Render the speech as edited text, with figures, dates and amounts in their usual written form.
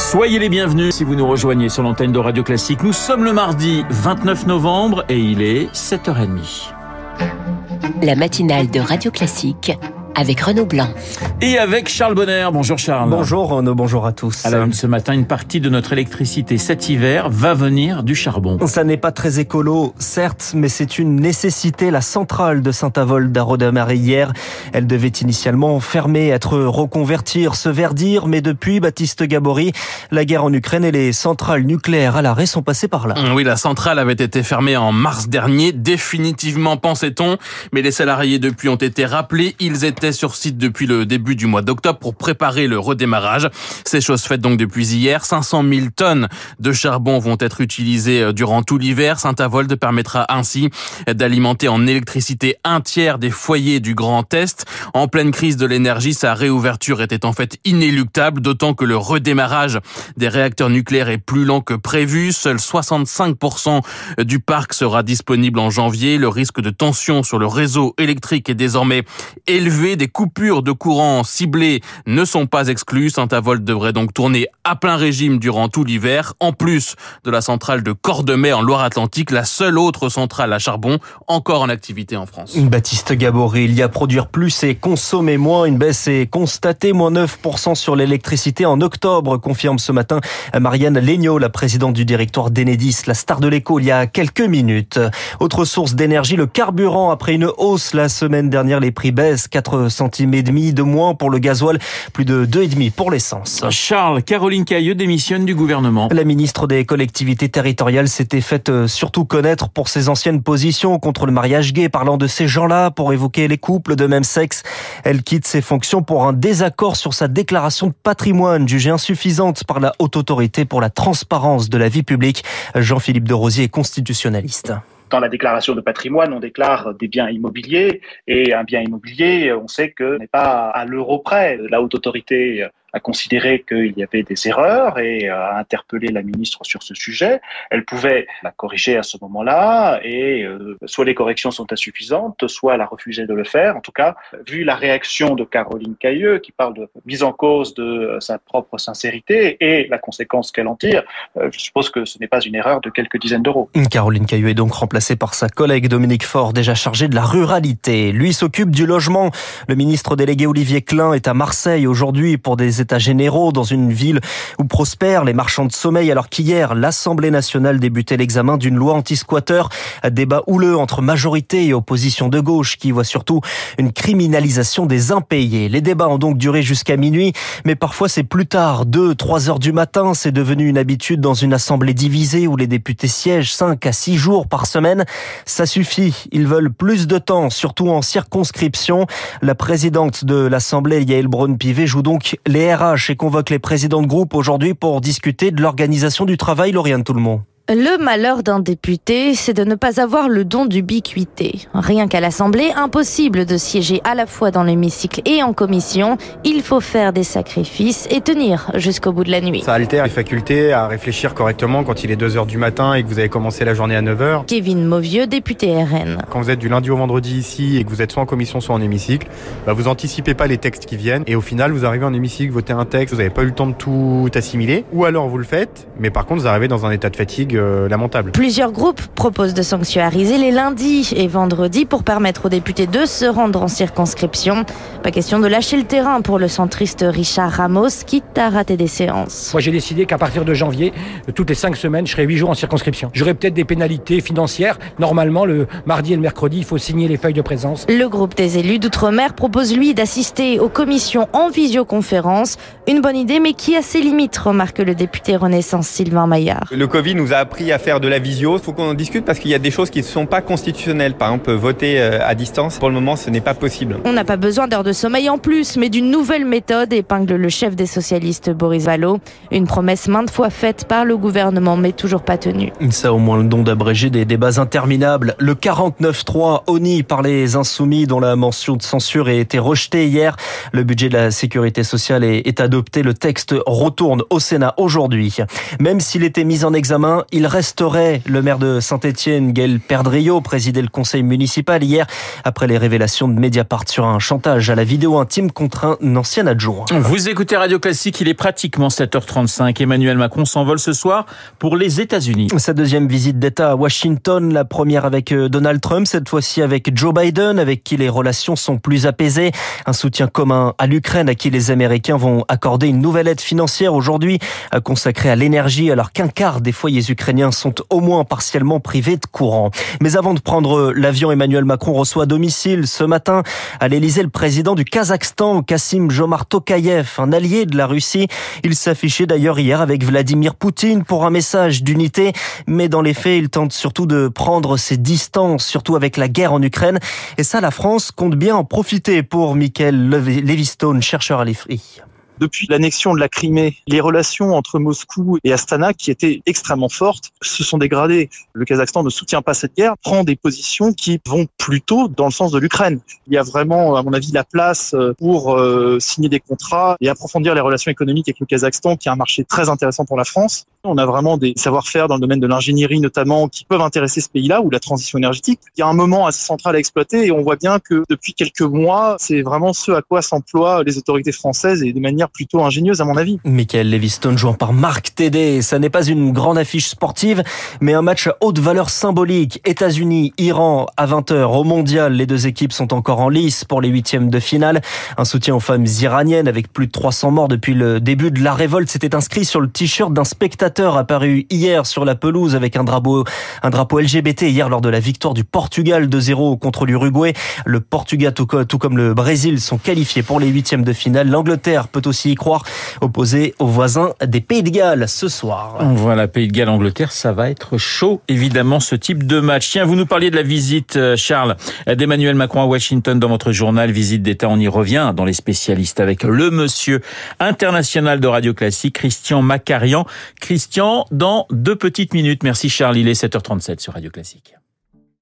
Soyez les bienvenus si vous nous rejoignez sur l'antenne de Radio Classique. Nous sommes le mardi 29 novembre et il est 7h30. La matinale de Radio Classique avec Renaud Blanc. Et avec Charles Bonner. Bonjour Charles. Bonjour Renaud, bonjour à tous. À la une ce matin, une partie de notre électricité cet hiver va venir du charbon. Ça n'est pas très écolo, certes, mais c'est une nécessité. La centrale de Saint-Avold a redémarré hier. Elle devait initialement fermer, être reconvertie, se verdir, mais depuis, Baptiste Gabory, la guerre en Ukraine et les centrales nucléaires à l'arrêt sont passées par là. Oui, la centrale avait été fermée en mars dernier, définitivement pensait-on, mais les salariés depuis ont été rappelés. Ils étaient sur site depuis le début du mois d'octobre pour préparer le redémarrage. C'est chose faite donc depuis hier. 500 000 tonnes de charbon vont être utilisées durant tout l'hiver. Saint-Avold permettra ainsi d'alimenter en électricité un tiers des foyers du Grand Est. En pleine crise de l'énergie, sa réouverture était en fait inéluctable, d'autant que le redémarrage des réacteurs nucléaires est plus lent que prévu. Seuls 65% du parc sera disponible en janvier. Le risque de tension sur le réseau électrique est désormais élevé. Des coupures de courant ciblées ne sont pas exclues. Saint-Avold devrait donc tourner à plein régime durant tout l'hiver. En plus de la centrale de Cordemais en Loire-Atlantique, la seule autre centrale à charbon encore en activité en France. Baptiste Gabory, il y a produire plus et consommer moins. Une baisse est constatée, moins 9% sur l'électricité en octobre, confirme ce matin Marianne Legnaud, la présidente du directoire d'Enedis, la star de l'écho il y a quelques minutes. Autre source d'énergie, le carburant. Après une hausse la semaine dernière, les prix baissent, 4,5 centimes de moins pour le gasoil, plus de 2,5 pour l'essence. Charles, Caroline Cayeux démissionne du gouvernement. La ministre des collectivités territoriales s'était faite surtout connaître pour ses anciennes positions contre le mariage gay, parlant de ces gens-là pour évoquer les couples de même sexe. Elle quitte ses fonctions pour un désaccord sur sa déclaration de patrimoine, jugée insuffisante par la Haute Autorité pour la transparence de la vie publique. Jean-Philippe de Rosier est constitutionnaliste. Dans la déclaration de patrimoine, on déclare des biens immobiliers et un bien immobilier, on sait que n'est pas à l'euro près. La Haute Autorité a considéré qu'il y avait des erreurs et a interpellé la ministre sur ce sujet. Elle pouvait la corriger à ce moment-là et soit les corrections sont insuffisantes, soit elle a refusé de le faire. En tout cas, vu la réaction de Caroline Cayeux qui parle de mise en cause de sa propre sincérité et la conséquence qu'elle en tire, je suppose que ce n'est pas une erreur de quelques dizaines d'euros. Caroline Cayeux est donc remplacée par sa collègue Dominique Faure, déjà chargée de la ruralité. Lui s'occupe du logement. Le ministre délégué Olivier Klein est à Marseille aujourd'hui pour des états généraux dans une ville où prospèrent les marchands de sommeil, alors qu'hier, l'Assemblée nationale débutait l'examen d'une loi anti-squatter. Débat houleux entre majorité et opposition de gauche qui voit surtout une criminalisation des impayés. Les débats ont donc duré jusqu'à minuit, mais parfois c'est plus tard, 2-3 heures du matin. C'est devenu une habitude dans une assemblée divisée où les députés siègent 5 à 6 jours par semaine. Ça suffit, ils veulent plus de temps, surtout en circonscription. La présidente de l'Assemblée, Yaël Braun-Pivet, joue donc les RH et convoque les présidents de groupe aujourd'hui pour discuter de l'organisation du travail. Lauriane Tout-le-Monde. Le malheur d'un député, c'est de ne pas avoir le don d'ubiquité. Rien qu'à l'Assemblée, impossible de siéger à la fois dans l'hémicycle et en commission. Il faut faire des sacrifices et tenir jusqu'au bout de la nuit. Ça altère les facultés à réfléchir correctement quand il est 2h du matin et que vous avez commencé la journée à 9h. Kevin Mauvieux, député RN. Quand vous êtes du lundi au vendredi ici et que vous êtes soit en commission soit en hémicycle, vous anticipez pas les textes qui viennent et au final vous arrivez en hémicycle, votez un texte, vous n'avez pas eu le temps de tout assimiler, ou alors vous le faites, mais par contre vous arrivez dans un état de fatigue lamentable. Plusieurs groupes proposent de sanctuariser les lundis et vendredis pour permettre aux députés de se rendre en circonscription. Pas question de lâcher le terrain pour le centriste Richard Ramos, quitte à rater des séances. Moi j'ai décidé qu'à partir de janvier, toutes les 5 semaines, je serai 8 jours en circonscription. J'aurai peut-être des pénalités financières. Normalement, le mardi et le mercredi, il faut signer les feuilles de présence. Le groupe des élus d'Outre-mer propose lui d'assister aux commissions en visioconférence. Une bonne idée, mais qui a ses limites, remarque le député Renaissance Sylvain Maillard. Le Covid nous a appris à faire de la visio. Il faut qu'on en discute parce qu'il y a des choses qui ne sont pas constitutionnelles. Par exemple, voter à distance, pour le moment, ce n'est pas possible. On n'a pas besoin d'heures de sommeil en plus, mais d'une nouvelle méthode, épingle le chef des socialistes Boris Vallaud. Une promesse maintes fois faite par le gouvernement, mais toujours pas tenue. Ça a au moins le don d'abréger des débats interminables. Le 49.3 honni par les Insoumis, dont la mention de censure a été rejetée hier. Le budget de la sécurité sociale est adopté. Le texte retourne au Sénat aujourd'hui. Même s'il était mis en examen, il resterait. Le maire de Saint-Étienne, Gaël Perdriau, présidait le conseil municipal hier après les révélations de Mediapart sur un chantage à la vidéo intime contre un ancien adjoint. Vous écoutez Radio Classique, il est pratiquement 7h35. Emmanuel Macron s'envole ce soir pour les États-Unis. Sa deuxième visite d'État à Washington, la première avec Donald Trump, cette fois-ci avec Joe Biden, avec qui les relations sont plus apaisées. Un soutien commun à l'Ukraine, à qui les Américains vont accorder une nouvelle aide financière aujourd'hui, consacrée à l'énergie, alors qu'un quart des foyers ukrainiens sont au moins partiellement privés de courant. Mais avant de prendre l'avion, Emmanuel Macron reçoit à domicile ce matin à l'Élysée le président du Kazakhstan, Kassym-Jomart Tokayev, un allié de la Russie. Il s'affichait d'ailleurs hier avec Vladimir Poutine pour un message d'unité, mais dans les faits, il tente surtout de prendre ses distances, surtout avec la guerre en Ukraine. Et ça, la France compte bien en profiter pour Michael Levystone, chercheur à l'IFRI. Depuis l'annexion de la Crimée, les relations entre Moscou et Astana, qui étaient extrêmement fortes, se sont dégradées. Le Kazakhstan ne soutient pas cette guerre, prend des positions qui vont plutôt dans le sens de l'Ukraine. Il y a vraiment, à mon avis, la place pour signer des contrats et approfondir les relations économiques avec le Kazakhstan, qui est un marché très intéressant pour la France. On a vraiment des savoir-faire dans le domaine de l'ingénierie notamment qui peuvent intéresser ce pays-là, ou la transition énergétique. Il y a un moment assez central à exploiter et on voit bien que depuis quelques mois, c'est vraiment ce à quoi s'emploient les autorités françaises et de manière plutôt ingénieuse à mon avis. Michael Levystone jouant par Marc Tédé. Ça n'est pas une grande affiche sportive, mais un match à haute valeur symbolique. États-Unis, Iran à 20h au mondial. Les deux équipes sont encore en lice pour les huitièmes de finale. Un soutien aux femmes iraniennes avec plus de 300 morts depuis le début de la révolte. C'était inscrit sur le t-shirt d'un spectateur apparu hier sur la pelouse avec un drapeau LGBT hier lors de la victoire du Portugal 2-0 contre l'Uruguay. Le Portugal, tout comme le Brésil, sont qualifiés pour les huitièmes de finale. L'Angleterre peut aussi y croire, opposé aux voisins des Pays de Galles ce soir. Voilà, Pays de Galles, Angleterre, ça va être chaud, évidemment, ce type de match. Tiens, vous nous parliez de la visite, Charles, d'Emmanuel Macron à Washington dans votre journal Visite d'État. On y revient dans les spécialistes avec le monsieur international de Radio Classique, Christian Macarian. Christian, dans 2 petites minutes. Merci Charles, il est 7h37 sur Radio Classique.